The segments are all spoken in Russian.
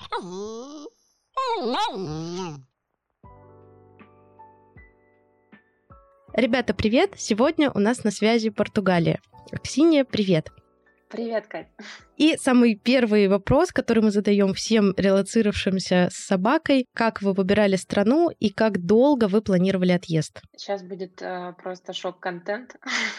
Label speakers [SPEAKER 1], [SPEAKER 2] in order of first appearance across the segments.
[SPEAKER 1] Ребята, привет! Сегодня у нас на связи Португалия. Ксения, привет!
[SPEAKER 2] Привет, Кать.
[SPEAKER 1] И самый первый вопрос, который мы задаем всем релацировавшимся с собакой. Как вы выбирали страну и как долго вы планировали отъезд?
[SPEAKER 2] Сейчас будет просто шок-контент,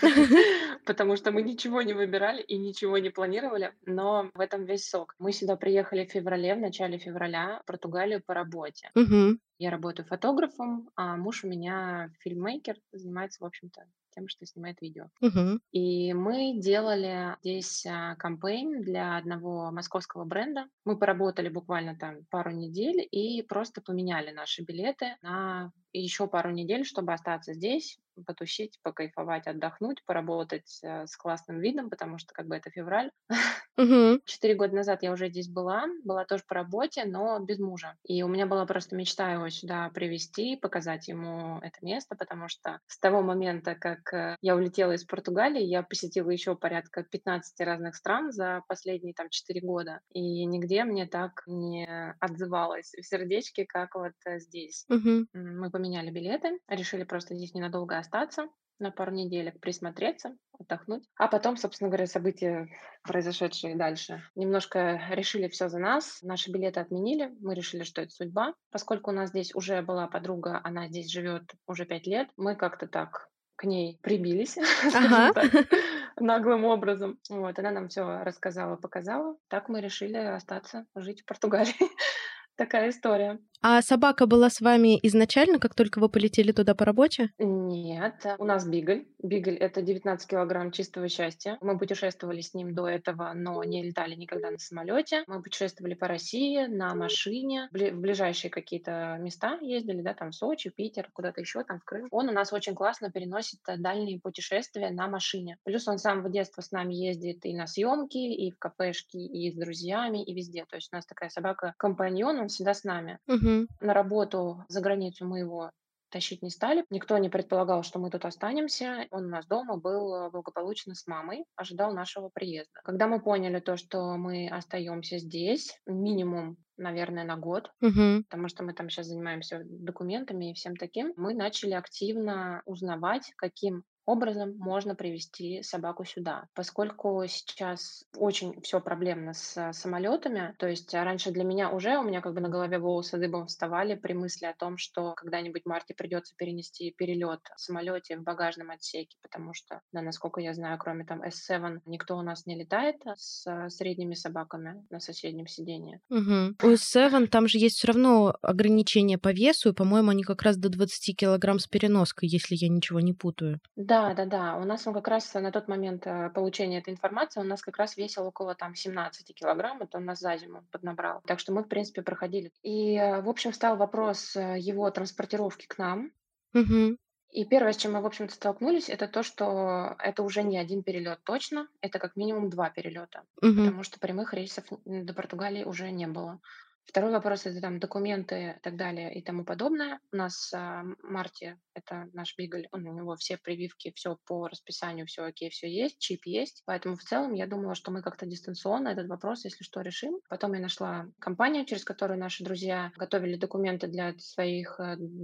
[SPEAKER 2] потому что мы ничего не выбирали и ничего не планировали, но в этом весь сок. Мы сюда приехали в феврале, в начале февраля, в Португалию по работе.
[SPEAKER 1] Мгм.
[SPEAKER 2] Я работаю фотографом, а муж у меня фильммейкер, занимается, в общем-то, тем, что снимает видео.
[SPEAKER 1] Мгм.
[SPEAKER 2] И мы делали здесь кампейн для одного московского бренда. Мы поработали буквально там пару недель и просто поменяли наши билеты на еще пару недель, чтобы остаться здесь, потусить, покайфовать, отдохнуть, поработать с классным видом, потому что как бы это февраль.
[SPEAKER 1] Мгм.
[SPEAKER 2] 4 года назад я уже здесь была тоже по работе, но без мужа. И у меня была просто мечта его сюда привезти, показать ему это место, потому что с того момента, как я улетела из Португалии, я посетила еще порядка 15 разных стран за последние там 4 года. И нигде мне так не отзывалось в сердечке, как вот здесь.
[SPEAKER 1] Мгм.
[SPEAKER 2] Мы поменяли билеты, решили просто здесь ненадолго остаться, на пару неделек присмотреться, отдохнуть. А потом, собственно говоря, события, произошедшие дальше, немножко решили все за нас. Наши билеты отменили. Мы решили, что это судьба. Поскольку у нас здесь уже была подруга, она здесь живет уже 5 лет, мы как-то так к ней прибились, скажем
[SPEAKER 1] Ага.
[SPEAKER 2] так, наглым образом. Вот, она нам все рассказала, показала. Так мы решили остаться жить в Португалии. Такая история.
[SPEAKER 1] А собака была с вами изначально, как только вы полетели туда по работе?
[SPEAKER 2] Нет, у нас бигль. Бигль — это 19 килограмм чистого счастья. Мы путешествовали с ним до этого, но не летали никогда на самолете. Мы путешествовали по России на машине, в ближайшие какие-то места ездили, да, там в Сочи, Питер, куда-то еще, там в Крым. Он у нас очень классно переносит дальние путешествия на машине. Плюс он с самого детства с нами ездит и на съемки, и в кафешки, и с друзьями, и везде. То есть у нас такая собака-компаньон, он всегда с нами.
[SPEAKER 1] Мгм.
[SPEAKER 2] На работу за границу мы его тащить не стали. Никто не предполагал, что мы тут останемся. Он у нас дома был благополучно с мамой, ожидал нашего приезда. Когда мы поняли то, что мы остаемся здесь, минимум, наверное, на год,
[SPEAKER 1] Мгм.
[SPEAKER 2] потому что мы там сейчас занимаемся документами и всем таким, мы начали активно узнавать, каким образом можно привести собаку сюда. Поскольку сейчас очень все проблемно с самолетами, то есть раньше для меня уже, у меня как бы на голове волосы дыбом вставали при мысли о том, что когда-нибудь Марте придется перенести перелет в самолете в багажном отсеке, потому что, да, насколько я знаю, кроме там S7, никто у нас не летает с средними собаками на соседнем сидении.
[SPEAKER 1] Мгм. У Seven там же есть все равно ограничения по весу, и, по-моему, они как раз до 20 килограмм с переноской, если я ничего не путаю.
[SPEAKER 2] Да-да-да. У нас он как раз на тот момент, получения этой информации, он у нас как раз весил около там 17 килограмм. Это он нас за зиму поднабрал. Так что мы, в принципе, проходили. И, в общем, встал вопрос, его транспортировки к нам.
[SPEAKER 1] Мгм.
[SPEAKER 2] И первое, с чем мы, в общем-то, столкнулись, это то, что это уже не один перелет точно, это как минимум 2 перелета,
[SPEAKER 1] Мгм.
[SPEAKER 2] потому что прямых рейсов до Португалии уже не было. Второй вопрос — это там документы и так далее и тому подобное. У нас, Марти — это наш бигль, у него все прививки, все по расписанию, все окей, все есть, чип есть. Поэтому в целом я думала, что мы как-то дистанционно этот вопрос, если что, решим. Потом я нашла компанию, через которую наши друзья готовили документы для своих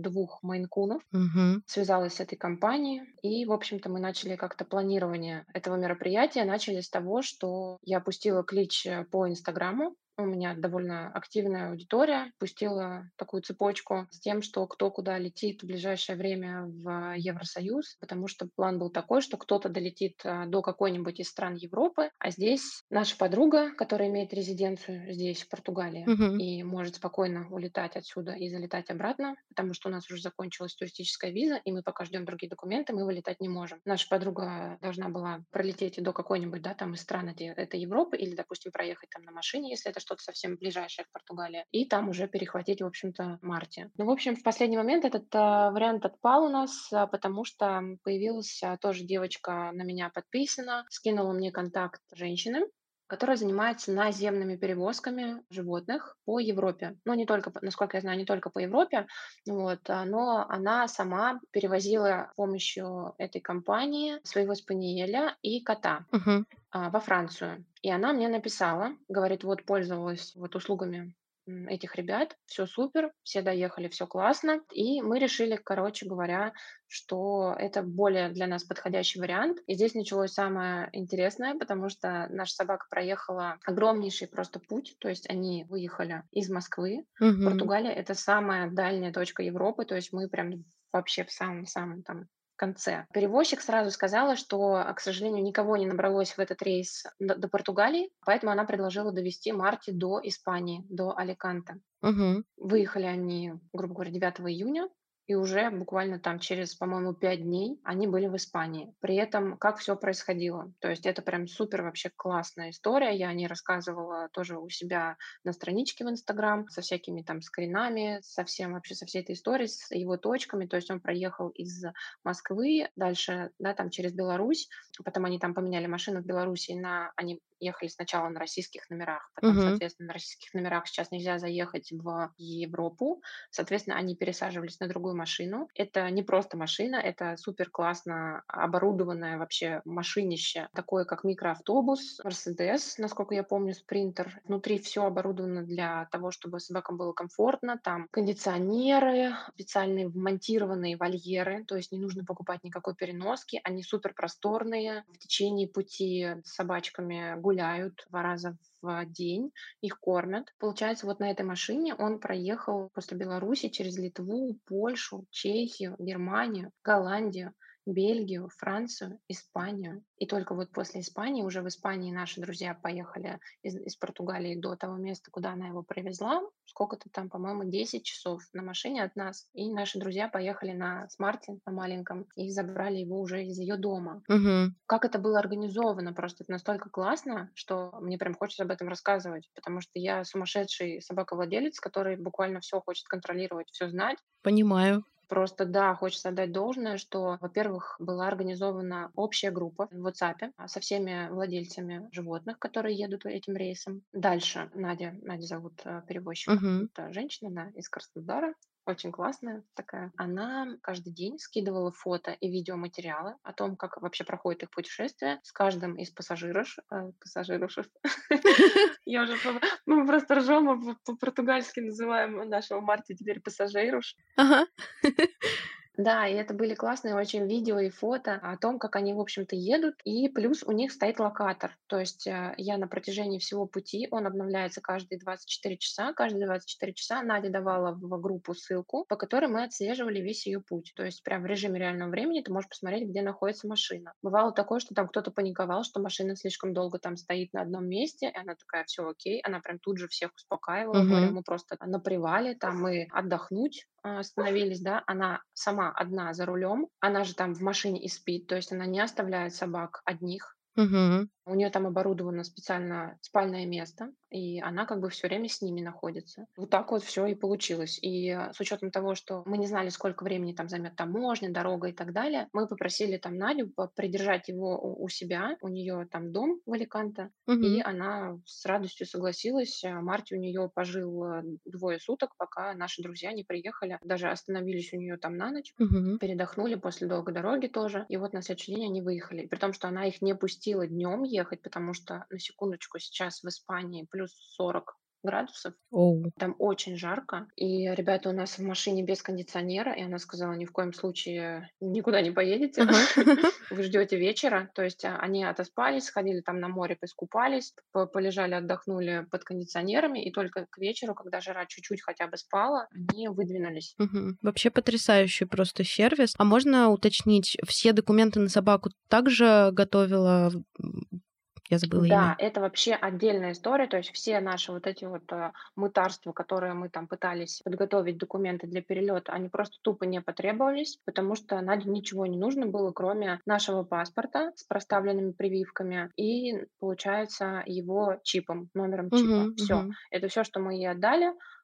[SPEAKER 2] 2 мейн-кунов.
[SPEAKER 1] Мгм.
[SPEAKER 2] Связалась с этой компанией, и, в общем-то, мы начали как-то планирование этого мероприятия. Начали с того, что я пустила клич по Инстаграму. У меня довольно активная аудитория. Пустила такую цепочку с тем, что кто куда летит в ближайшее время в Евросоюз, потому что план был такой, что кто-то долетит до какой-нибудь из стран Европы, а здесь наша подруга, которая имеет резиденцию здесь, в Португалии,
[SPEAKER 1] Мгм.
[SPEAKER 2] и может спокойно улетать отсюда и залетать обратно, потому что у нас уже закончилась туристическая виза, и мы пока ждем другие документы, мы вылетать не можем. Наша подруга должна была пролететь до какой-нибудь, да, там из стран этой Европы, или, допустим, проехать там на машине, если это что-то совсем ближайшее к Португалии, и там уже перехватить, в общем-то, Марти. Ну, в общем, в последний момент этот вариант отпал у нас, потому что появилась тоже девочка на меня подписана, скинула мне контакт женщины, которая занимается наземными перевозками животных по Европе. Ну, не только, насколько я знаю, не только по Европе, вот, но она сама перевозила с помощью этой компании своего спаниеля и кота
[SPEAKER 1] Мгм.
[SPEAKER 2] во Францию. И она мне написала, говорит, вот пользовалась вот услугами этих ребят, все супер, все доехали, все классно. И мы решили, короче говоря, что это более для нас подходящий вариант. И здесь началось самое интересное, потому что наша собака проехала огромнейший просто путь. То есть они выехали из Москвы.
[SPEAKER 1] Мгм.
[SPEAKER 2] Португалия — это самая дальняя точка Европы, то есть мы прям вообще в самом-самом там конце. Перевозчик сразу сказала, что, к сожалению, никого не набралось в этот рейс до Португалии, поэтому она предложила довести Марти до Испании, до Аликанте.
[SPEAKER 1] Мгм.
[SPEAKER 2] Выехали они, грубо говоря, 9 июня, и уже буквально там через, по-моему, 5 дней они были в Испании. При этом как все происходило? То есть это прям супер вообще классная история. Я о ней рассказывала тоже у себя на страничке в Инстаграм со всякими там скринами, со всем вообще, со всей этой историей, с его точками. То есть он проехал из Москвы дальше, да, там через Беларусь, потом они там поменяли машину в Беларуси они ехали сначала на российских номерах, потом,
[SPEAKER 1] Мгм.
[SPEAKER 2] соответственно, на российских номерах сейчас нельзя заехать в Европу. Соответственно, они пересаживались на другую машину. Это не просто машина, это супер классно оборудованное вообще машинище, такое как микроавтобус, Мерседес, насколько я помню, Спринтер. Внутри все оборудовано для того, чтобы собакам было комфортно. Там кондиционеры, специальные вмонтированные вольеры, то есть не нужно покупать никакой переноски. Они супер просторные. В течение пути с собачками гуляют 2 раза в день, их кормят. Получается, вот на этой машине он проехал после Беларуси через Литву, Польшу, Чехию, Германию, Голландию, Бельгию, Францию, Испанию. И только вот после Испании, уже в Испании наши друзья поехали из Португалии до того места, куда она его привезла. Сколько-то там, по-моему, 10 часов на машине от нас. И наши друзья поехали на смарте, на маленьком, и забрали его уже из ее дома.
[SPEAKER 1] Мгм.
[SPEAKER 2] Как это было организовано, просто это настолько классно, что мне прям хочется об этом рассказывать, потому что я сумасшедший собаковладелец, который буквально все хочет контролировать, все знать.
[SPEAKER 1] Понимаю.
[SPEAKER 2] Просто да, хочется отдать должное, что, во-первых, была организована общая группа в WhatsApp со всеми владельцами животных, которые едут этим рейсом. Дальше Надя зовут перевозчика,
[SPEAKER 1] Мгм.
[SPEAKER 2] это женщина, да, из Краснодара, очень классная такая. Она каждый день скидывала фото и видеоматериалы о том, как вообще проходит их путешествие с каждым из пассажиров. Я уже, мы просто ржем, мы по-португальски называем нашего Марти теперь пассажирус.
[SPEAKER 1] Ага.
[SPEAKER 2] Да, и это были классные очень видео и фото о том, как они, в общем-то, едут. И плюс у них стоит локатор. То есть я на протяжении всего пути, он обновляется каждые 24 часа. Каждые 24 часа Надя давала в группу ссылку, по которой мы отслеживали весь ее путь. То есть прям в режиме реального времени ты можешь посмотреть, где находится машина. Бывало такое, что там кто-то паниковал, что машина слишком долго там стоит на одном месте, и она такая, все окей. Она прям тут же всех успокаивала, говоря,
[SPEAKER 1] Мгм.
[SPEAKER 2] мы просто на привале, там мы отдохнуть остановились, да, она сама одна за рулем, она же там в машине и спит, то есть она не оставляет собак одних,
[SPEAKER 1] Мгм.
[SPEAKER 2] у нее там оборудовано специально спальное место, и она как бы все время с ними находится. Вот так вот все и получилось. И, с учетом того, что мы не знали, сколько времени там займет таможня, дорога и так далее, мы попросили там Надю придержать его у себя. У нее там дом в Аликанте, и
[SPEAKER 1] Мгм.
[SPEAKER 2] она с радостью согласилась. Марти у нее пожил 2 суток, пока наши друзья не приехали. Даже остановились у нее там на ночь.
[SPEAKER 1] Мгм.
[SPEAKER 2] Передохнули после долгой дороги тоже. И вот на следующий день они выехали. При том, что она их не пустила днем ехать, потому что, на секундочку, сейчас в Испании плюс 40 градусов.
[SPEAKER 1] Оу.
[SPEAKER 2] Там очень жарко. И ребята у нас в машине без кондиционера. И она сказала, ни в коем случае никуда не поедете.
[SPEAKER 1] Ага.
[SPEAKER 2] Вы ждете вечера. То есть они отоспались, сходили там на море, поискупались, полежали, отдохнули под кондиционерами. И только к вечеру, когда жара чуть-чуть хотя бы спала, они выдвинулись.
[SPEAKER 1] Мгм. Вообще потрясающий просто сервис. А можно уточнить, все документы на собаку также готовила, я забыла
[SPEAKER 2] Да,
[SPEAKER 1] имя.
[SPEAKER 2] это вообще отдельная история. То есть все наши вот эти вот мытарства, которые мы там пытались подготовить документы для перелета, они просто тупо не потребовались, потому что Наде ничего не нужно было, кроме нашего паспорта с проставленными прививками и, получается, его чипом, номером
[SPEAKER 1] Мгм.
[SPEAKER 2] чипа. Все.
[SPEAKER 1] Мгм.
[SPEAKER 2] Это все, что мы ей отдали.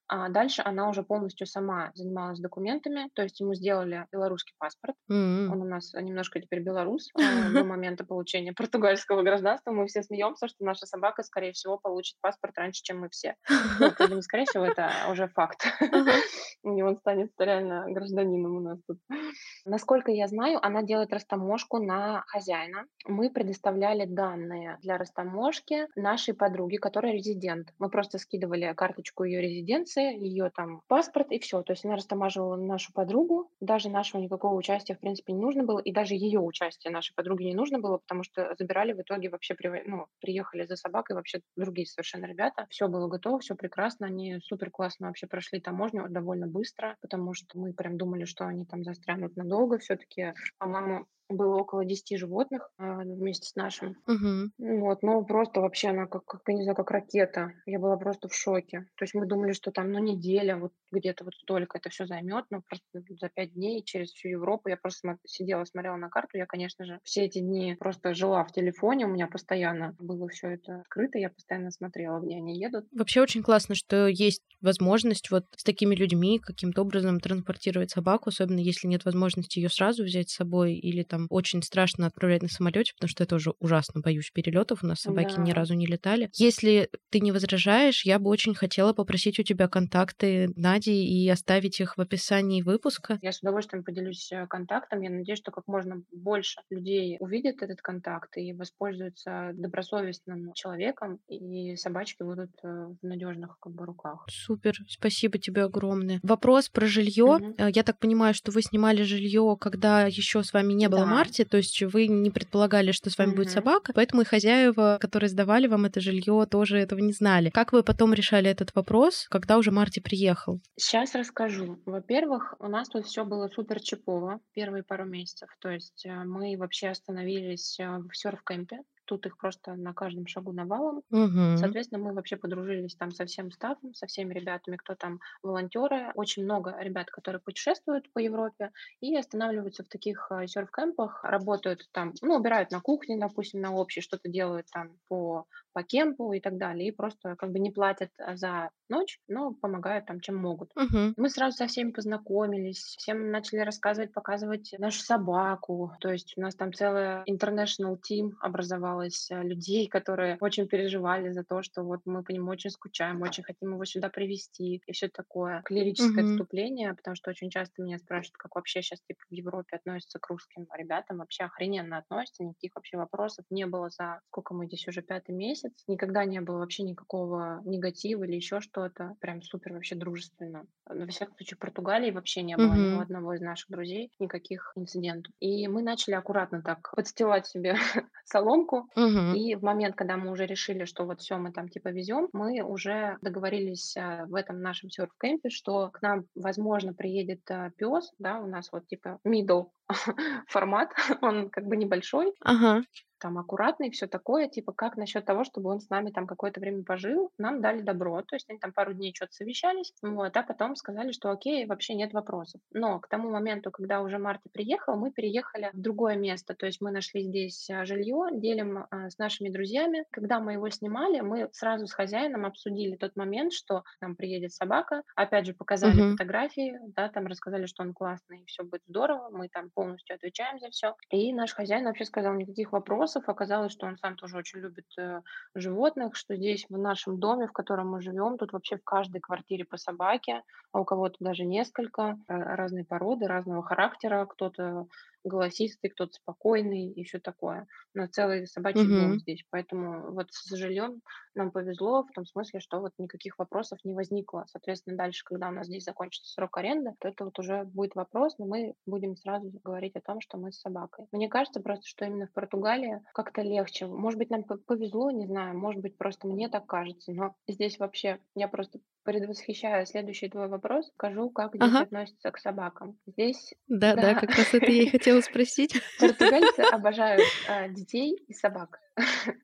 [SPEAKER 2] А дальше она уже полностью сама занималась документами, то есть ему сделали белорусский паспорт.
[SPEAKER 1] М.
[SPEAKER 2] Он у нас немножко теперь белорус до момента получения португальского гражданства. Мы все смеемся, что наша собака, скорее всего, получит паспорт раньше, чем мы все. Ну, правда, не скорее всего, это уже факт.
[SPEAKER 1] Ага.
[SPEAKER 2] И он станет реально гражданином у нас тут. Насколько я знаю, она делает растаможку на хозяина. Мы предоставляли данные для растаможки нашей подруги, которая резидент. Мы просто скидывали карточку ее резиденции, ее там паспорт и все. То есть она растамаживала нашу подругу. Даже нашего никакого участия, в принципе, не нужно было. И даже ее участие нашей подруги не нужно было, потому что забирали в итоге вообще, ну, приехали за собакой вообще другие совершенно ребята. Все было готово, все прекрасно. Они супер классно вообще прошли таможню довольно быстро, потому что мы прям думали, что они там застрянут надолго. Все-таки, по-моему, было около 10 животных вместе с нашим.
[SPEAKER 1] Мгм.
[SPEAKER 2] Вот, ну просто вообще она я не знаю, как ракета. Я была просто в шоке. То есть мы думали, что там, ну, неделя, вот где-то вот столько это все займет, но просто за 5 дней через всю Европу. Я просто сидела, смотрела на карту. Я, конечно же, все эти дни просто жила в телефоне. У меня постоянно было все это открыто. Я постоянно смотрела, где они едут.
[SPEAKER 1] Вообще очень классно, что есть возможность вот с такими людьми каким-то образом транспортировать собаку, особенно если нет возможности ее сразу взять с собой или там очень страшно отправлять на самолете, потому что я тоже ужасно боюсь перелетов. У нас собаки ни
[SPEAKER 2] Да.
[SPEAKER 1] разу не летали. Если ты не возражаешь, я бы очень хотела попросить у тебя контакты Нади и оставить их в описании выпуска.
[SPEAKER 2] Я с удовольствием поделюсь контактом. Я надеюсь, что как можно больше людей увидят этот контакт и воспользуются добросовестным человеком, и собачки будут в надежных как бы руках.
[SPEAKER 1] Супер, спасибо тебе огромное. Вопрос про жилье.
[SPEAKER 2] Мгм.
[SPEAKER 1] Я так понимаю, что вы снимали жилье, когда еще с вами не было
[SPEAKER 2] Да.
[SPEAKER 1] Марти, то есть вы не предполагали, что с вами будет
[SPEAKER 2] Мгм.
[SPEAKER 1] собака, поэтому и хозяева, которые сдавали вам это жилье, тоже этого не знали. Как вы потом решали этот вопрос, когда уже Марти приехал?
[SPEAKER 2] Сейчас расскажу. Во-первых, у нас тут все было супер чипово первые пару месяцев. То есть мы вообще остановились в серф-кемпе. Тут их просто на каждом шагу навалом.
[SPEAKER 1] Угу.
[SPEAKER 2] Соответственно, мы вообще подружились там со всем стафом, со всеми ребятами, кто там волонтеры. Очень много ребят, которые путешествуют по Европе и останавливаются в таких серф-кемпах, работают там, ну, убирают на кухне, допустим, на общей, что-то делают там по кемпу и так далее, и просто как бы не платят за ночь, но помогают там, чем могут.
[SPEAKER 1] Угу.
[SPEAKER 2] Мы сразу со всеми познакомились, всем начали рассказывать, показывать нашу собаку. То есть у нас там целая international team образовалась людей, которые очень переживали за то, что вот мы по нему очень скучаем, очень хотим его сюда привезти и все такое. Клирическое
[SPEAKER 1] Угу.
[SPEAKER 2] отступление, потому что очень часто меня спрашивают, как вообще сейчас типа в Европе относятся к русским ребятам. Вообще охрененно относятся, никаких вообще вопросов не было за сколько мы здесь уже 5-й месяц. Никогда не было вообще никакого негатива или еще что-то. Прям супер вообще дружественно. Во всяком случае, в Португалии вообще не было ни у
[SPEAKER 1] Угу.
[SPEAKER 2] одного из наших друзей никаких инцидентов. И мы начали аккуратно так подстилать себе соломку.
[SPEAKER 1] Угу.
[SPEAKER 2] И в момент, когда мы уже решили, что вот все, мы там типа везем, мы уже договорились в этом нашем серф-кемпе, что к нам, возможно, приедет пес, да, у нас вот типа middle формат, он как бы небольшой,
[SPEAKER 1] Ага.
[SPEAKER 2] там аккуратный, все такое. Типа, как насчет того, чтобы он с нами там какое-то время пожил? Нам дали добро. То есть они там пару дней что то совещались, вот, а потом сказали, что окей, вообще нет вопросов. Но к тому моменту, когда уже Марти приехал, мы переехали в другое место. То есть мы нашли здесь жилье, делим с нашими друзьями. Когда мы его снимали, мы сразу с хозяином обсудили тот момент, что к нам приедет собака. Опять же, показали
[SPEAKER 1] Угу.
[SPEAKER 2] фотографии, да, там рассказали, что он классный, и все будет здорово. Мы там полностью отвечаем за все. И наш хозяин вообще сказал, никаких вопросов. Оказалось, что он сам тоже очень любит животных, что здесь в нашем доме, в котором мы живем, тут вообще в каждой квартире по собаке, а у кого-то даже несколько, разной породы, разного характера, кто-то голосистый, кто-то спокойный и все такое. Но целый собачий дом
[SPEAKER 1] Угу.
[SPEAKER 2] здесь. Поэтому вот с жильем нам повезло в том смысле, что вот никаких вопросов не возникло. Соответственно, дальше, когда у нас здесь закончится срок аренды, то это вот уже будет вопрос, но мы будем сразу говорить о том, что мы с собакой. Мне кажется просто, что именно в Португалии как-то легче. Может быть, нам повезло, не знаю, может быть, просто мне так кажется, но здесь вообще я просто предвосхищаю следующий твой вопрос, скажу, как здесь
[SPEAKER 1] Ага.
[SPEAKER 2] относятся к собакам. Здесь,
[SPEAKER 1] Да, да,
[SPEAKER 2] да,
[SPEAKER 1] как раз это я и хотела спросить.
[SPEAKER 2] португальцы обожают детей и собак.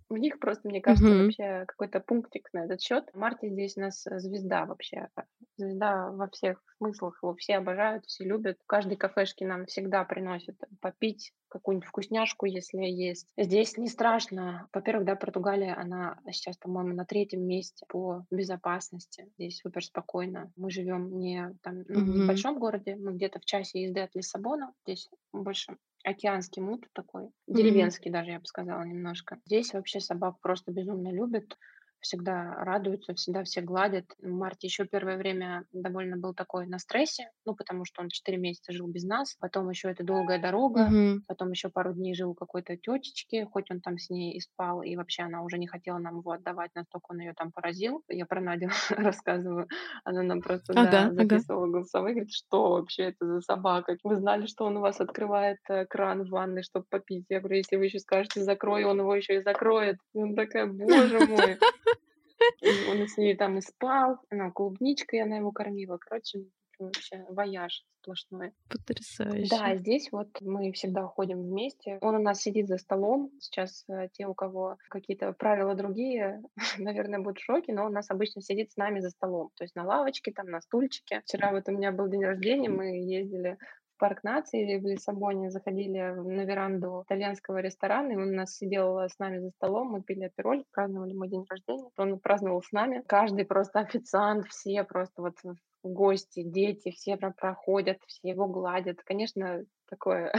[SPEAKER 2] У них просто, мне кажется,
[SPEAKER 1] Мгм.
[SPEAKER 2] вообще какой-то пунктик на этот счет. Марти здесь у нас звезда вообще. Звезда во всех смыслах. Его все обожают, все любят. В каждой кафешке нам всегда приносят попить какую-нибудь вкусняшку, если есть. Здесь не страшно. Во-первых, да, Португалия, она сейчас, по-моему, на третьем месте по безопасности. Здесь супер спокойно. Мы живем не в
[SPEAKER 1] Мгм.
[SPEAKER 2] большом городе, мы где-то в часе езды от Лиссабона. Здесь больше океанский мут такой,
[SPEAKER 1] Мгм.
[SPEAKER 2] деревенский даже, я бы сказала, немножко. Здесь вообще собак просто безумно любят, всегда радуются, всегда все гладят. Марти еще первое время довольно был такой на стрессе, ну, потому что он 4 месяца жил без нас, потом еще это долгая дорога,
[SPEAKER 1] Мгм.
[SPEAKER 2] потом еще пару дней жил у какой-то тетечки, хоть он там с ней и спал, и вообще она уже не хотела нам его отдавать, настолько он ее там поразил. Я про Надю рассказываю, она нам просто,
[SPEAKER 1] Ага,
[SPEAKER 2] да,
[SPEAKER 1] ага.
[SPEAKER 2] записывала голосовые, говорит: "Что вообще это за собака? Вы знали, что он у вас открывает, кран в ванной, чтобы попить?" Я говорю: "Если вы еще скажете закрой, он его еще и закроет". И она такая: "Боже мой!" И он с ней там и спал, клубничкой она его кормила. Короче, вообще вояж сплошной.
[SPEAKER 1] Потрясающе.
[SPEAKER 2] Да, здесь вот мы всегда ходим вместе. Он у нас сидит за столом. Сейчас, те, у кого какие-то правила другие, наверное, будут в шоке, но он у нас обычно сидит с нами за столом. То есть на лавочке, там, на стульчике. Вчера вот у меня был день рождения, мы ездили в парк нации в Лиссабоне, заходили на веранду итальянского ресторана, и он у нас сидел с нами за столом, мы пили апероль, праздновали мой день рождения. Он праздновал с нами. Каждый просто официант, все просто вот гости, дети, все проходят, все его гладят. Конечно, такое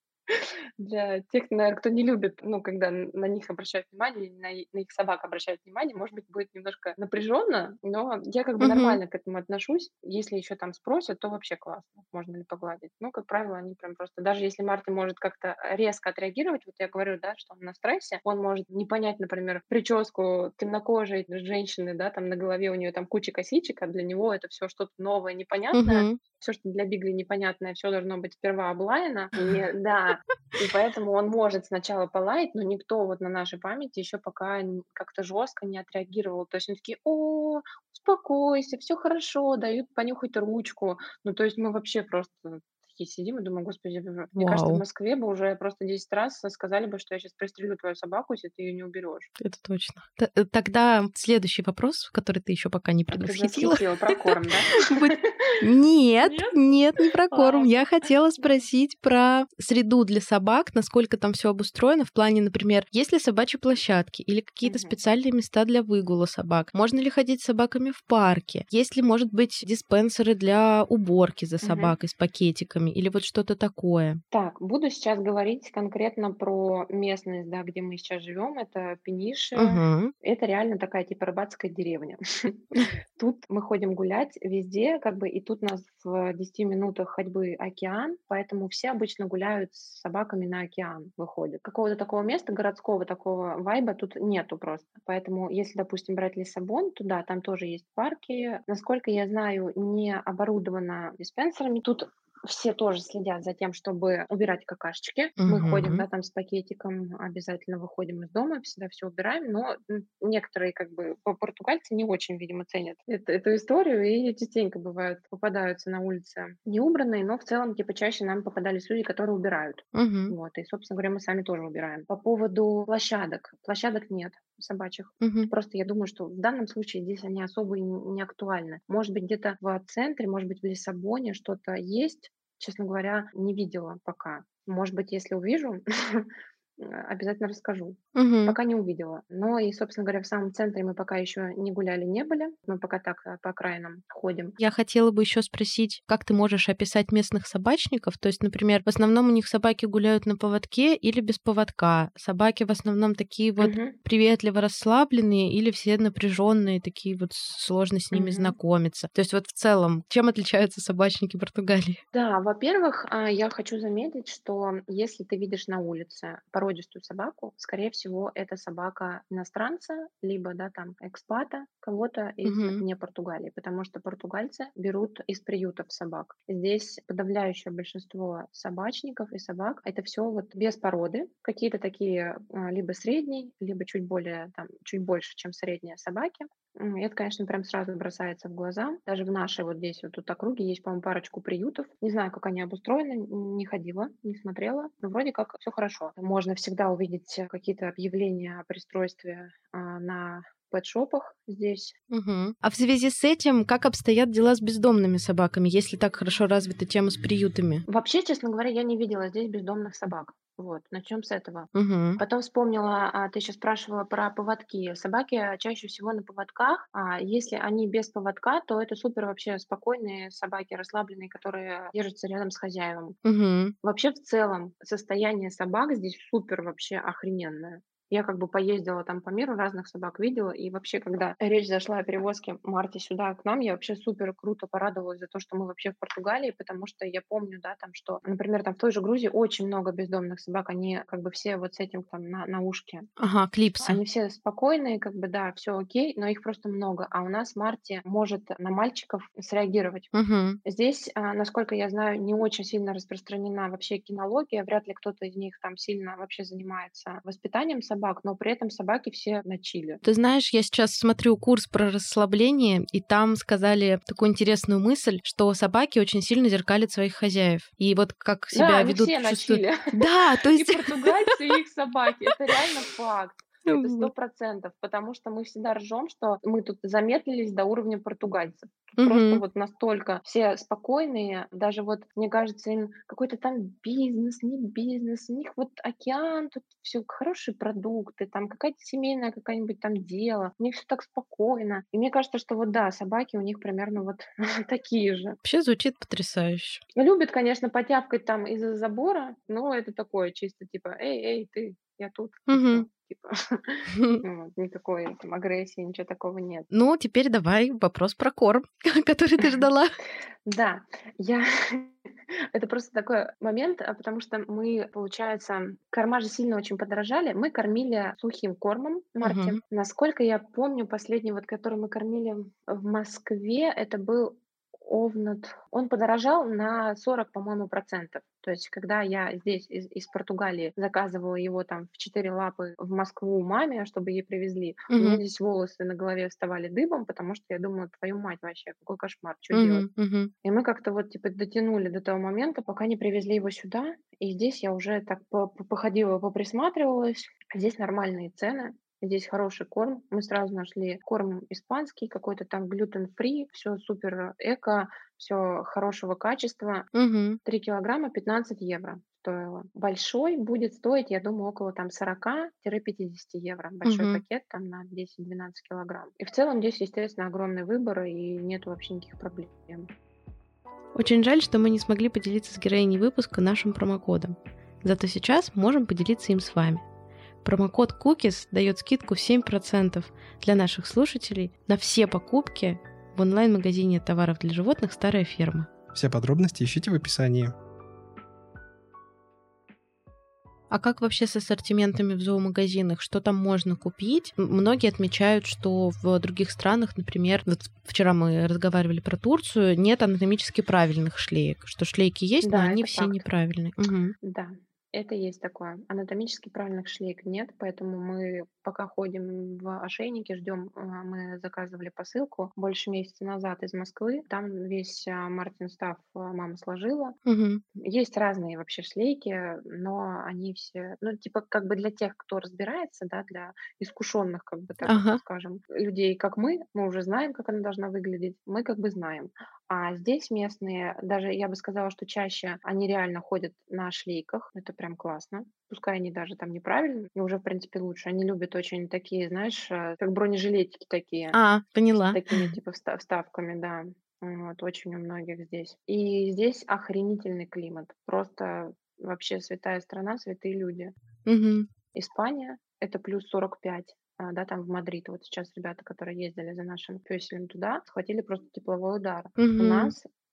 [SPEAKER 2] для тех, наверно, кто не любит, ну, когда на них обращают внимание, на их собак обращают внимание, может быть, будет немножко напряженно, но я как бы
[SPEAKER 1] Мгм.
[SPEAKER 2] нормально к этому отношусь. Если еще там спросят, то вообще классно, можно ли погладить. Ну, как правило, они прям просто даже если Марти может как-то резко отреагировать, вот я говорю, да, что он на стрессе, он может не понять, например, прическу темнокожей женщины, да, там на голове у нее там куча косичек, а для него это все что-то новое, непонятное.
[SPEAKER 1] Мгм.
[SPEAKER 2] Все, что для Бигли непонятное, все должно быть сперва облаяно. И да, и поэтому он может сначала полаять, но никто вот на нашей памяти еще пока как-то жестко не отреагировал. То есть они такие: "О, успокойся, все хорошо", дают понюхать ручку. Ну, то есть мы вообще просто такие сидим и думаю: "Господи, мне кажется, в
[SPEAKER 1] Вау,
[SPEAKER 2] Москве бы уже просто 10 раз сказали бы, что я сейчас пристрелю твою собаку, если ты ее не уберешь".
[SPEAKER 1] это точно. Тогда следующий вопрос, который ты еще пока не предвосхитила,
[SPEAKER 2] Предвосхитила про корм, да?
[SPEAKER 1] будет нет,
[SPEAKER 2] Нет?
[SPEAKER 1] нет, не про корм.
[SPEAKER 2] Ладно.
[SPEAKER 1] Я хотела
[SPEAKER 2] Давай.
[SPEAKER 1] спросить про среду для собак, насколько там все обустроено в плане, например, есть ли собачьи площадки или какие-то
[SPEAKER 2] Мгм.
[SPEAKER 1] специальные места для выгула собак? Можно ли ходить с собаками в парке? Есть ли, может быть, диспенсеры для уборки за
[SPEAKER 2] Мгм.
[SPEAKER 1] собакой с пакетиками или вот что-то такое?
[SPEAKER 2] Так, буду сейчас говорить конкретно про местность, да, где мы сейчас живем. Это Пениши.
[SPEAKER 1] Мгм.
[SPEAKER 2] Это реально такая типа рыбацкая деревня. Тут мы ходим гулять везде, как бы, и тут у нас в 10 минутах ходьбы океан, поэтому все обычно гуляют с собаками на океан, выходят. Какого-то такого места городского такого вайба тут нету просто. Поэтому, если, допустим, брать Лиссабон, то да, там тоже есть парки. Насколько я знаю, не оборудовано диспенсерами. Тут все тоже следят за тем, чтобы убирать какашечки. Мы ходим,
[SPEAKER 1] Мгм.
[SPEAKER 2] да, там с пакетиком, обязательно выходим из дома, всегда все убираем, но некоторые как бы португальцы не очень, видимо, ценят эту историю, и частенько бывают, попадаются на улице неубранные, но в целом, типа, чаще нам попадались люди, которые убирают.
[SPEAKER 1] Мгм.
[SPEAKER 2] Вот, и, собственно говоря, мы сами тоже убираем. По поводу площадок. Площадок нет собачьих.
[SPEAKER 1] Мгм.
[SPEAKER 2] Просто я думаю, что в данном случае здесь они особо и не актуальны. Может быть, где-то в центре, может быть, в Лиссабоне что-то есть. Честно говоря, не видела пока. Может быть, если увижу, обязательно расскажу.
[SPEAKER 1] Мгм.
[SPEAKER 2] Пока не увидела. Но и, собственно говоря, в самом центре мы пока еще не гуляли, не были. Мы пока так по окраинам ходим.
[SPEAKER 1] Я хотела бы еще спросить, как ты можешь описать местных собачников? То есть, например, в основном у них собаки гуляют на поводке или без поводка? Собаки в основном такие вот
[SPEAKER 2] Мгм.
[SPEAKER 1] приветливо расслабленные или все напряженные, такие вот сложно с ними
[SPEAKER 2] Мгм.
[SPEAKER 1] знакомиться? То есть вот в целом, чем отличаются собачники Португалии?
[SPEAKER 2] Да, во-первых, я хочу заметить, что если ты видишь на улице породистую собаку, скорее всего, это собака иностранца, либо, да, там, экспата, кого-то из
[SPEAKER 1] Мгм.
[SPEAKER 2] не Португалии, потому что португальцы берут из приютов собак. Здесь подавляющее большинство собачников и собак — это все вот без породы, какие-то такие либо средние, либо чуть более, там, чуть больше, чем средние собаки. Это, конечно, прям сразу бросается в глаза. Даже в нашей вот здесь вот тут округе есть, по-моему, парочку приютов. Не знаю, как они обустроены, не ходила, не смотрела, но вроде как все хорошо. Можно всегда увидеть какие-то объявления о пристройстве на пэт-шопах здесь.
[SPEAKER 1] Мгм. А в связи с этим, как обстоят дела с бездомными собаками, если так хорошо развита тема с приютами?
[SPEAKER 2] Вообще, честно говоря, я не видела здесь бездомных собак. Вот, начнем с этого.
[SPEAKER 1] Мгм.
[SPEAKER 2] Потом вспомнила, ты еще спрашивала про поводки. Собаки чаще всего на поводках. Если они без поводка, то это супер вообще спокойные собаки, расслабленные, которые держатся рядом с хозяевом.
[SPEAKER 1] Мгм.
[SPEAKER 2] Вообще, в целом, состояние собак здесь супер вообще охрененное. Я как бы поездила там по миру, разных собак видела, и вообще, когда речь зашла о перевозке Марти сюда к нам, я вообще супер круто порадовалась за то, что мы вообще в Португалии, потому что я помню, да, там, что, например, там в той же Грузии очень много бездомных собак, они как бы все вот с этим там на ушке.
[SPEAKER 1] Ага, клипсы.
[SPEAKER 2] Они все спокойные, как бы, да, все окей, но их просто много. А у нас Марти может на мальчиков среагировать.
[SPEAKER 1] Мгм.
[SPEAKER 2] Здесь, насколько я знаю, не очень сильно распространена вообще кинология. Вряд ли кто-то из них там сильно вообще занимается воспитанием собак, но при этом собаки все на чиле.
[SPEAKER 1] Ты знаешь, я сейчас смотрю курс про расслабление, и там сказали такую интересную мысль, что собаки очень сильно зеркалят своих хозяев. И вот как
[SPEAKER 2] Да,
[SPEAKER 1] себя
[SPEAKER 2] они
[SPEAKER 1] ведут
[SPEAKER 2] все
[SPEAKER 1] в
[SPEAKER 2] на
[SPEAKER 1] чувстве...
[SPEAKER 2] чиле.
[SPEAKER 1] Да, то
[SPEAKER 2] И
[SPEAKER 1] есть...
[SPEAKER 2] португальцы, и их собаки. Это реально факт. Это сто
[SPEAKER 1] Вот.
[SPEAKER 2] процентов, потому что мы всегда ржем, что мы тут замедлились до уровня португальцев. Тут просто
[SPEAKER 1] Мгм.
[SPEAKER 2] вот настолько все спокойные, даже вот, мне кажется, им какой-то там бизнес, не бизнес, у них вот океан, тут все хорошие продукты, там какая-то семейная какая-нибудь там дело, у них все так спокойно. И мне кажется, что вот да, собаки у них примерно вот такие же.
[SPEAKER 1] Вообще звучит потрясающе.
[SPEAKER 2] Любят, конечно, потявкать там из-за забора, но это такое чисто типа: "Эй, эй, ты, я тут", и все.
[SPEAKER 1] Мгм.
[SPEAKER 2] Типа, вот, никакой там агрессии, ничего такого нет.
[SPEAKER 1] Ну, теперь давай вопрос про корм, который ты ждала.
[SPEAKER 2] Да, я это просто такой момент, потому что мы, получается, корма же сильно очень подорожали. Мы кормили сухим кормом Марти.
[SPEAKER 1] Мгм.
[SPEAKER 2] Насколько я помню, последний вот, который мы кормили в Москве, это был Овнут. Он подорожал на 40, по-моему, процентов. То есть, когда я здесь из Португалии заказывала его там в 4 лапы в Москву маме, чтобы ей привезли, у меня
[SPEAKER 1] Мгм.
[SPEAKER 2] здесь волосы на голове вставали дыбом, потому что я думаю: "Твою мать вообще, какой кошмар, что делать?"
[SPEAKER 1] Мгм. Мгм.
[SPEAKER 2] И мы как-то вот типа дотянули до того момента, пока не привезли его сюда. И здесь я уже так походила, поприсматривалась. Здесь нормальные цены, здесь хороший корм. Мы сразу нашли корм испанский, какой-то там глютен-фри, все супер эко, все хорошего качества.
[SPEAKER 1] Мгм.
[SPEAKER 2] 3 килограмма 15 евро стоило. Большой будет стоить, я думаю, около там 40-50 евро. Большой
[SPEAKER 1] Мгм.
[SPEAKER 2] пакет там на 10-12 килограмм. И в целом здесь, естественно, огромный выбор и нет вообще никаких проблем.
[SPEAKER 1] Очень жаль, что мы не смогли поделиться с героиней выпуска нашим промокодом. Зато сейчас можем поделиться им с вами. Промокод Cookies дает скидку в 7% для наших слушателей на все покупки в онлайн-магазине товаров для животных «Старая ферма».
[SPEAKER 3] Все подробности ищите в описании.
[SPEAKER 1] А как вообще с ассортиментами в зоомагазинах? Что там можно купить? Многие отмечают, что в других странах, например, вот вчера мы разговаривали про Турцию, нет анатомически правильных шлеек, что шлейки есть, но
[SPEAKER 2] Да,
[SPEAKER 1] они
[SPEAKER 2] это
[SPEAKER 1] все
[SPEAKER 2] факт.
[SPEAKER 1] неправильные. Мгм.
[SPEAKER 2] Да, это есть такое. Анатомически правильных шлейк нет, поэтому мы пока ходим в ошейнике, ждем. Мы заказывали посылку больше месяца назад из Москвы. Там весь Мартин Стафф мама сложила.
[SPEAKER 1] Мгм.
[SPEAKER 2] Есть разные вообще шлейки, но они все, ну, типа, как бы для тех, кто разбирается, да, для искушенных, как бы так
[SPEAKER 1] Ага.
[SPEAKER 2] скажем, людей, как мы уже знаем, как она должна выглядеть, мы как бы знаем. А здесь местные, даже я бы сказала, что чаще они реально ходят на шлейках, это прям классно. Пускай они даже там неправильные, но уже, в принципе, лучше. Они любят очень такие, знаешь, как бронежилетики такие, с
[SPEAKER 1] Поняла.
[SPEAKER 2] такими типа вставками, да. Вот, очень у многих здесь. И здесь охренительный климат. Просто вообще святая страна, святые люди.
[SPEAKER 1] Мгм.
[SPEAKER 2] Испания — это плюс 45, да, там в Мадрид. Вот сейчас ребята, которые ездили за нашим пёселем туда, схватили просто тепловой удар. У
[SPEAKER 1] Мгм.
[SPEAKER 2] нас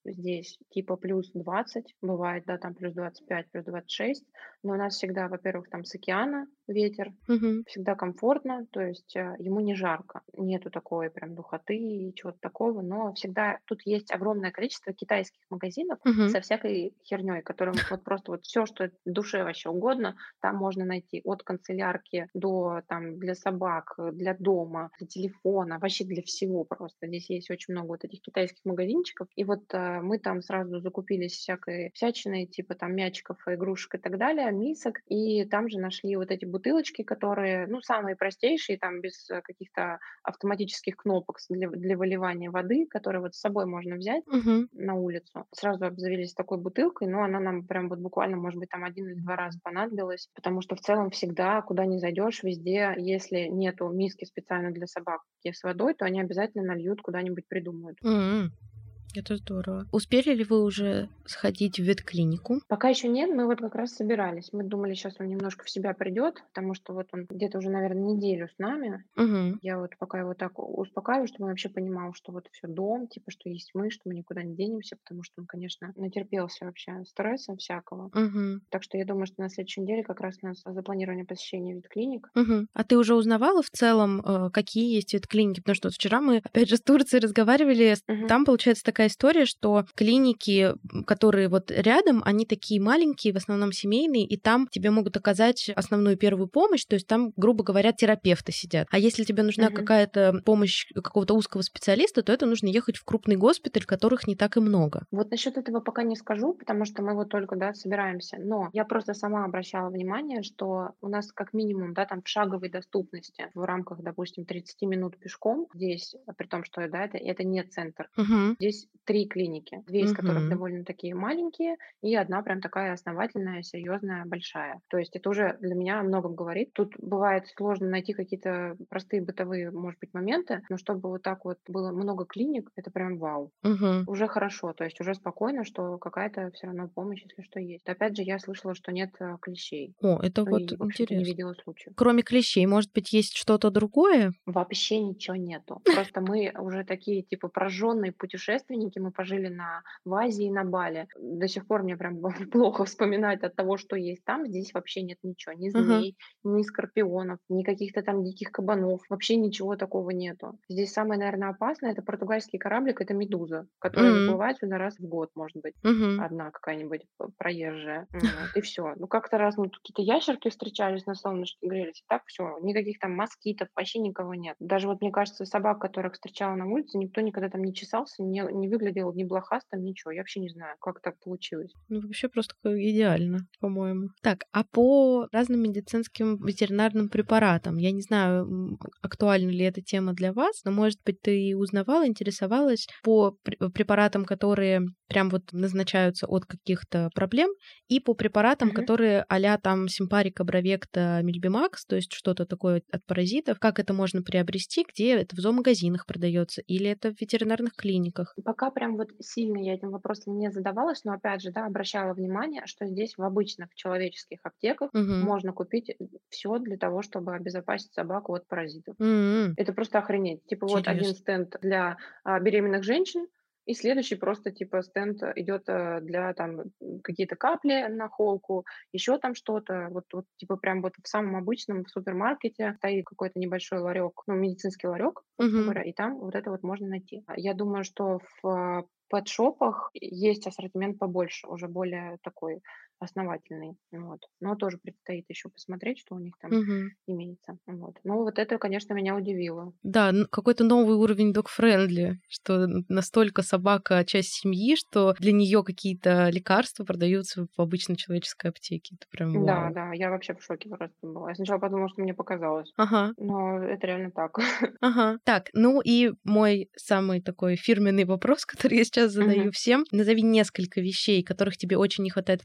[SPEAKER 2] здесь типа плюс 20, бывает, да, там плюс 25, плюс 26, но у нас всегда, во-первых, там с океана ветер,
[SPEAKER 1] Мгм.
[SPEAKER 2] всегда комфортно, то есть ему не жарко, нету такой прям духоты и чего-то такого, но всегда тут есть огромное количество китайских магазинов
[SPEAKER 1] Мгм.
[SPEAKER 2] со всякой херней, которым вот просто вот все, что душе вообще угодно, там можно найти. От канцелярки до там для собак, для дома, для телефона, вообще для всего просто. Здесь есть очень много вот этих китайских магазинчиков. И вот мы там сразу закупились всякой всячиной, типа там мячиков, игрушек и так далее, мисок. И там же нашли вот эти бутылочки, которые, ну, самые простейшие, там без каких-то автоматических кнопок для выливания воды, которые вот с собой можно взять
[SPEAKER 1] Мгм.
[SPEAKER 2] на улицу. Сразу обзавелись такой бутылкой, но она нам прям вот буквально, может быть, там 1 или 2 раза понадобилась, потому что в целом всегда, куда ни зайдешь, везде, если нету миски специально для собак с водой, то они обязательно нальют, куда-нибудь придумают.
[SPEAKER 1] М. Это здорово. Успели ли вы уже сходить в ветклинику?
[SPEAKER 2] Пока еще нет, мы вот как раз собирались. Мы думали, сейчас он немножко в себя придет, потому что вот он где-то уже, наверное, неделю с нами.
[SPEAKER 1] Мгм.
[SPEAKER 2] Я вот пока его так успокаиваю, чтобы он вообще понимал, что вот все дом, типа, что есть мы, что мы никуда не денемся, потому что он, конечно, натерпелся вообще стресса всякого.
[SPEAKER 1] Мгм.
[SPEAKER 2] Так что я думаю, что на следующей неделе как раз у нас запланирование посещения ветклиник.
[SPEAKER 1] Мгм. А ты уже узнавала в целом, какие есть ветклиники? Потому что вот вчера мы, опять же, с Турцией разговаривали.
[SPEAKER 2] Мгм.
[SPEAKER 1] Там получается такая история, что клиники, которые вот рядом, они такие маленькие, в основном семейные, и там тебе могут оказать основную первую помощь, то есть там, грубо говоря, терапевты сидят. А если тебе нужна
[SPEAKER 2] Мгм.
[SPEAKER 1] какая-то помощь какого-то узкого специалиста, то это нужно ехать в крупный госпиталь, которых не так и много.
[SPEAKER 2] Вот насчет этого пока не скажу, потому что мы вот только, да, собираемся. Но я просто сама обращала внимание, что у нас как минимум, да, там в шаговой доступности в рамках, допустим, 30 минут пешком здесь, при том, что, да, это не центр.
[SPEAKER 1] Мгм.
[SPEAKER 2] Здесь 3 клиники, 2 из которых
[SPEAKER 1] Мгм.
[SPEAKER 2] довольно такие маленькие, и одна прям такая основательная, серьезная, большая. То есть это уже для меня о многом говорит. Тут бывает сложно найти какие-то простые бытовые, может быть, моменты, но чтобы вот так вот было много клиник, это прям вау.
[SPEAKER 1] Мгм.
[SPEAKER 2] Уже хорошо, то есть уже спокойно, что какая-то все равно помощь, если что, есть. Опять же, я слышала, что нет клещей.
[SPEAKER 1] О, это
[SPEAKER 2] Ну
[SPEAKER 1] вот
[SPEAKER 2] и, в общем-то, не
[SPEAKER 1] интересно.
[SPEAKER 2] видела случаев.
[SPEAKER 1] Кроме клещей, может быть, есть что-то другое?
[SPEAKER 2] Вообще ничего нету. Просто мы уже такие, типа, прожженные путешественники. Мы пожили в Азии и на Бали. До сих пор мне прям плохо вспоминать от того, что есть там. Здесь вообще нет ничего. Ни
[SPEAKER 1] Ага.
[SPEAKER 2] змей, ни скорпионов, ни каких-то там диких кабанов. Вообще ничего такого нету. Здесь самое, наверное, опасное — это португальский кораблик, это «Медуза», которая
[SPEAKER 1] М.
[SPEAKER 2] заплывает сюда раз в год, может быть.
[SPEAKER 1] Мгм.
[SPEAKER 2] Одна какая-нибудь проезжая. Вот, и все. Ну, как-то раз мы тут какие-то ящерки встречались на солнышке, грелись, и так все. Никаких там москитов, вообще никого нет. Даже вот, мне кажется, собак, которых встречала на улице, никто никогда там не чесался, не выглядел ни блохастым, ничего. Я вообще не знаю, как так получилось.
[SPEAKER 1] Ну, вообще просто идеально, по-моему. Так, а по разным медицинским ветеринарным препаратам, я не знаю, актуальна ли эта тема для вас, но, может быть, ты узнавала, интересовалась по препаратам, которые прям вот назначаются от каких-то проблем, и по препаратам,
[SPEAKER 2] Мгм.
[SPEAKER 1] которые а-ля там Симпарик, Абровекта, Мильбимакс, то есть что-то такое от паразитов, как это можно приобрести, где это в зоомагазинах продается, или это в ветеринарных клиниках?
[SPEAKER 2] Пока прям вот сильно я этим вопросом не задавалась, но опять же, да, обращала внимание, что здесь в обычных человеческих аптеках
[SPEAKER 1] Угу.
[SPEAKER 2] можно купить все для того, чтобы обезопасить собаку от паразитов.
[SPEAKER 1] М.
[SPEAKER 2] Это просто охренеть. Типа вот один
[SPEAKER 1] Интересно.
[SPEAKER 2] стенд для беременных женщин, и следующий просто типа стенд идет для там какие-то капли на холку, еще там что-то. Вот типа прям вот в самом обычном в супермаркете стоит какой-то небольшой ларек, ну, медицинский ларек, собственно
[SPEAKER 1] Мгм.
[SPEAKER 2] говоря, и там вот это вот можно найти. Я думаю, что в пэтшопах есть ассортимент побольше, уже более такой основательный. Вот. Но тоже предстоит еще посмотреть, что у них там
[SPEAKER 1] Мгм.
[SPEAKER 2] имеется. Вот. Ну, вот это, конечно, меня удивило.
[SPEAKER 1] Да, какой-то новый уровень dog-friendly, что настолько собака часть семьи, что для нее какие-то лекарства продаются в обычной человеческой аптеке. Это прям
[SPEAKER 2] Да,
[SPEAKER 1] вау.
[SPEAKER 2] да, я вообще в шоке просто была. Я сначала подумала, что мне показалось,
[SPEAKER 1] Ага.
[SPEAKER 2] но это реально так.
[SPEAKER 1] Ага. Так, ну и мой самый такой фирменный вопрос, который я сейчас задаю
[SPEAKER 2] Мгм.
[SPEAKER 1] всем. Назови несколько вещей, которых тебе очень не хватает в Португалии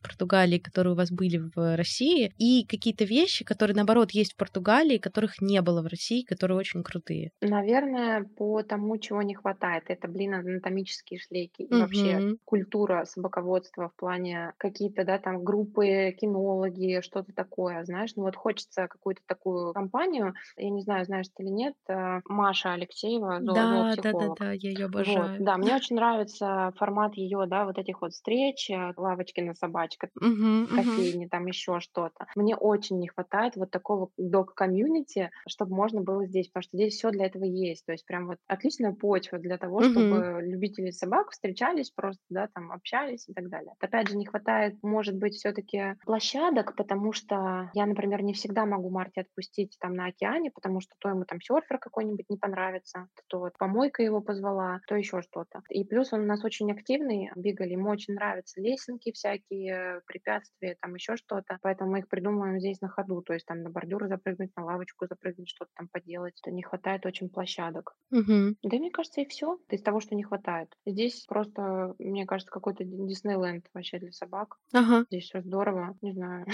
[SPEAKER 1] Португалии, которые у вас были в России, и какие-то вещи, которые, наоборот, есть в Португалии, которых не было в России, которые очень крутые?
[SPEAKER 2] Наверное, по тому, чего не хватает. Это, анатомические шлейки и вообще
[SPEAKER 1] Мгм.
[SPEAKER 2] культура собаководства в плане какие-то, да, там группы, кинологи, что-то такое, знаешь. Ну вот хочется какую-то такую компанию, я не знаю, знаешь ты или нет, Маша Алексеева,
[SPEAKER 1] Да,
[SPEAKER 2] зоопсихолог.
[SPEAKER 1] да-да-да, я ее
[SPEAKER 2] Вот,
[SPEAKER 1] обожаю.
[SPEAKER 2] да, мне очень нравится формат ее, да, вот этих вот встреч, Лавочкина собачка,
[SPEAKER 1] Мгм, мгм.
[SPEAKER 2] кофейни, там еще что-то. Мне очень не хватает вот такого док-комьюнити, чтобы можно было здесь, потому что здесь все для этого есть. То есть прям вот отличная почва для того,
[SPEAKER 1] Мгм.
[SPEAKER 2] чтобы любители собак встречались просто, да, там общались и так далее. Опять же, не хватает, может быть, все-таки площадок, потому что я, например, не всегда могу Марти отпустить там на океане, потому что то ему там серфер какой-нибудь не понравится, то вот помойка его позвала, то еще что-то. И плюс он у нас очень активный, бегали, ему очень нравятся лесенки всякие, препятствия, там еще что-то. Поэтому мы их придумываем здесь на ходу. То есть там на бордюр запрыгнуть, на лавочку запрыгнуть, что-то там поделать. Не хватает очень площадок.
[SPEAKER 1] Мгм.
[SPEAKER 2] Да, мне кажется, и все из того, что не хватает. Здесь просто, мне кажется, какой-то Диснейленд вообще для собак.
[SPEAKER 1] Ага.
[SPEAKER 2] Здесь все здорово. Не знаю.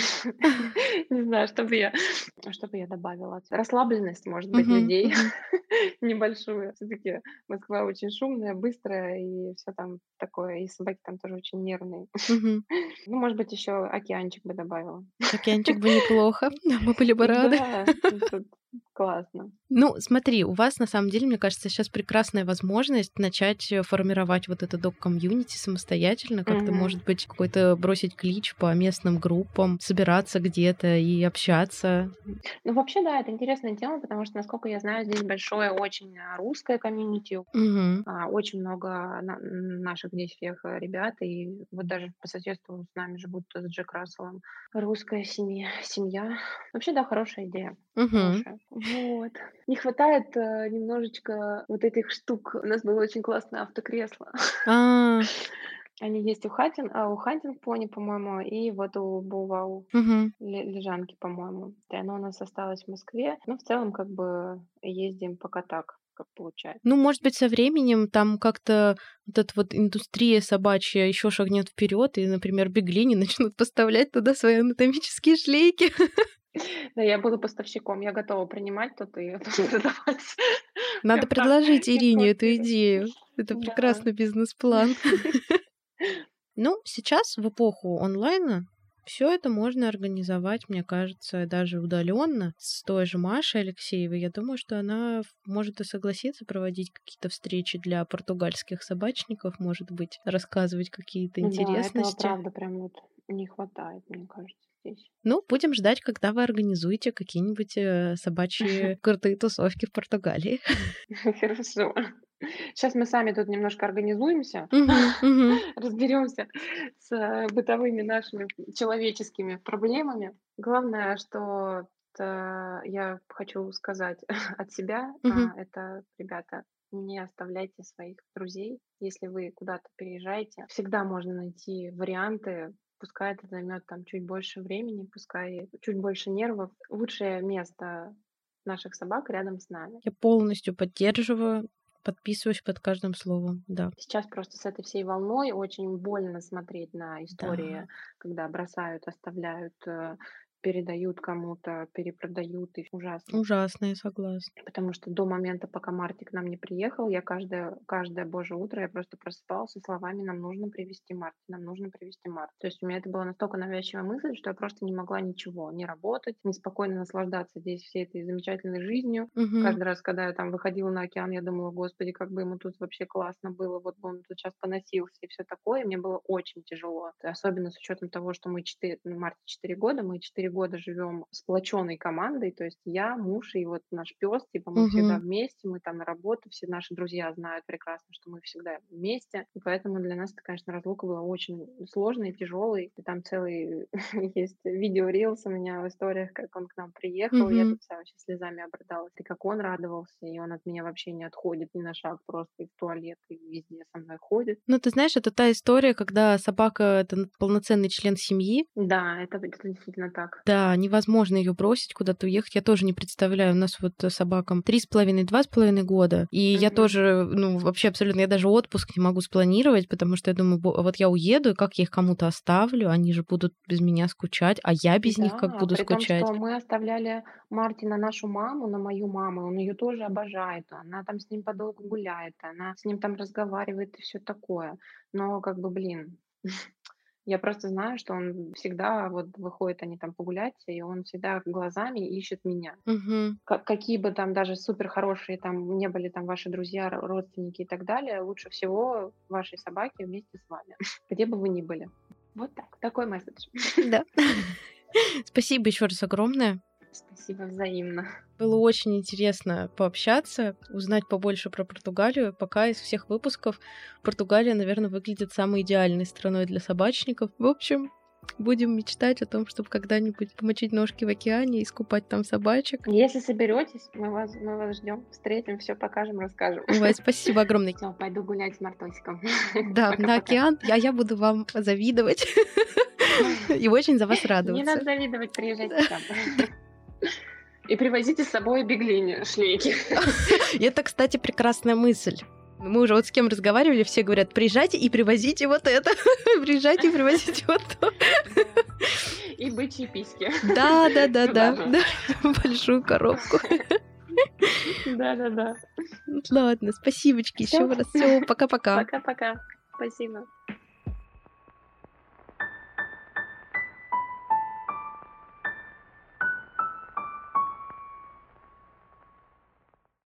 [SPEAKER 2] Не знаю, что бы я добавила. Расслабленность, может быть,
[SPEAKER 1] Мгм,
[SPEAKER 2] людей
[SPEAKER 1] мгм,
[SPEAKER 2] небольшую. Все таки Москва очень шумная, быстрая, и все там такое. И собаки там тоже очень нервные.
[SPEAKER 1] мгм.
[SPEAKER 2] Ну, может быть, еще океанчик бы добавила.
[SPEAKER 1] Океанчик бы неплохо, да, мы были бы рады.
[SPEAKER 2] Да, тут классно.
[SPEAKER 1] Ну, смотри, у вас на самом деле, мне кажется, сейчас прекрасная возможность начать формировать вот это док-комьюнити самостоятельно, как-то,
[SPEAKER 2] Мгм.
[SPEAKER 1] может быть, какой-то бросить клич по местным группам, собираться где-то и общаться.
[SPEAKER 2] Ну, вообще, да, это интересная тема, потому что, насколько я знаю, здесь большое очень русское комьюнити.
[SPEAKER 1] Мгм.
[SPEAKER 2] Очень много наших здесь всех ребят, и вот даже по соседству с нами живут с Джек Расселом. Русская семья. Вообще, да, хорошая идея.
[SPEAKER 1] Мгм.
[SPEAKER 2] Хорошая. Вот. Не хватает немножечко вот этих штук. У нас было очень классное автокресло.
[SPEAKER 1] А,
[SPEAKER 2] Они есть у Хантинг-пони, по-моему, и вот у Боу-Вау
[SPEAKER 1] мгм.
[SPEAKER 2] лежанки, по-моему. И оно у нас осталось в Москве. Ну, в целом, как бы ездим пока так, как получается.
[SPEAKER 1] Ну, может быть, со временем там как-то вот эта вот индустрия собачья еще шагнет вперед, и, например, биглини начнут поставлять туда свои анатомические шлейки.
[SPEAKER 2] Да, я буду поставщиком, я готова принимать тут и продавать.
[SPEAKER 1] Надо предложить
[SPEAKER 2] Как
[SPEAKER 1] Ирине эту
[SPEAKER 2] квартиру.
[SPEAKER 1] идею. Это
[SPEAKER 2] Да.
[SPEAKER 1] прекрасный бизнес-план. Ну, сейчас в эпоху онлайна все это можно организовать, мне кажется, даже удаленно с той же Машей Алексеевой. Я думаю, что она может и согласиться проводить какие-то встречи для португальских собачников, может быть, рассказывать какие-то
[SPEAKER 2] Да, этого
[SPEAKER 1] интересности.
[SPEAKER 2] правда прям вот не хватает, мне кажется, здесь.
[SPEAKER 1] Ну, будем ждать, когда вы организуете какие-нибудь собачьи крутые тусовки в Португалии.
[SPEAKER 2] Хорошо. Сейчас мы сами тут немножко организуемся,
[SPEAKER 1] Мгм, мгм.
[SPEAKER 2] разберемся с бытовыми нашими человеческими проблемами. Главное, что я хочу сказать от себя,
[SPEAKER 1] Мгм.
[SPEAKER 2] это, ребята, не оставляйте своих друзей, если вы куда-то переезжаете. Всегда можно найти варианты. Пускай это займет там чуть больше времени, пускай чуть больше нервов. Лучшее место наших собак рядом с нами.
[SPEAKER 1] Я полностью поддерживаю, подписываюсь под каждым словом, да.
[SPEAKER 2] Сейчас просто с этой всей волной очень больно смотреть на
[SPEAKER 1] Да,
[SPEAKER 2] истории, когда бросают, оставляют, передают кому-то, перепродают, и ужасно.
[SPEAKER 1] ужасно, я согласна.
[SPEAKER 2] Потому что до момента, пока Марти к нам не приехал, я каждое божье утро я просто просыпалась со словами: «Нам нужно привезти Марти, нам нужно привезти Марти». То есть у меня это была настолько навязчивая мысль, что я просто не могла ничего, не работать, не спокойно наслаждаться здесь всей этой замечательной жизнью.
[SPEAKER 1] Мгм.
[SPEAKER 2] Каждый раз, когда я там выходила на океан, я думала: «Господи, как бы ему тут вообще классно было, вот бы он тут сейчас поносился» и все такое. И мне было очень тяжело. Особенно с учетом того, что Марти 4 года, мы 4 года живем сплоченной командой. То есть я, муж и вот наш пес, типа мы всегда
[SPEAKER 1] Мгм.
[SPEAKER 2] вместе, мы там на работу, все наши друзья знают прекрасно, что мы всегда вместе. И поэтому для нас это, конечно, разлука была очень сложной, тяжелой. И там целый есть видео рилс у меня в историях, как он к нам приехал. Я
[SPEAKER 1] Мгм.
[SPEAKER 2] тут вся вообще слезами обрыдалась. И как он радовался, и он от меня вообще не отходит ни на шаг, просто и в туалет, и везде со мной ходит.
[SPEAKER 1] Ну, ты знаешь, это та история, когда собака — это полноценный член семьи,
[SPEAKER 2] Да, это действительно так.
[SPEAKER 1] Да, невозможно ее бросить, куда-то уехать. Я тоже не представляю. У нас вот собакам 2,5 года. И я тоже, вообще абсолютно, я даже отпуск не могу спланировать, потому что я думаю, вот я уеду, и как я их кому-то оставлю, они же будут без меня скучать, а я без них как буду
[SPEAKER 2] при том,
[SPEAKER 1] скучать.
[SPEAKER 2] что мы оставляли Мартина, нашу маму, на мою маму, он ее тоже обожает, она там с ним подолгу гуляет, она с ним там разговаривает и все такое. Но блин, я просто знаю, что он всегда вот выходит, они там погулять, и он всегда глазами ищет меня.
[SPEAKER 1] Мгм.
[SPEAKER 2] Какие бы там даже супер хорошие там не были там ваши друзья, родственники и так далее, лучше всего вашей собаке вместе с вами, где бы вы ни были. Вот так, такой месседж.
[SPEAKER 1] Да. Спасибо еще раз огромное.
[SPEAKER 2] Спасибо, взаимно.
[SPEAKER 1] Было очень интересно пообщаться, узнать побольше про Португалию. Пока из всех выпусков Португалия, наверное, выглядит самой идеальной страной для собачников. В общем, будем мечтать о том, чтобы когда-нибудь помочить ножки в океане и искупать там собачек.
[SPEAKER 2] Если соберетесь, мы вас ждем, встретим, все покажем, расскажем.
[SPEAKER 1] Ой, спасибо огромное.
[SPEAKER 2] Все, пойду гулять с Мартосиком.
[SPEAKER 1] Да, на океан. Я буду вам завидовать и очень за вас радоваться.
[SPEAKER 2] Не надо завидовать, приезжайте там. И привозите с собой биглини, шлейки.
[SPEAKER 1] Это, кстати, прекрасная мысль. Мы уже вот с кем разговаривали, все говорят, приезжайте и привозите вот это. Приезжайте и привозите вот то.
[SPEAKER 2] И бычьи письки.
[SPEAKER 1] Да. Большую коробку.
[SPEAKER 2] Да.
[SPEAKER 1] Ладно, спасибочки еще раз. Все, пока-пока.
[SPEAKER 2] Пока-пока. Спасибо.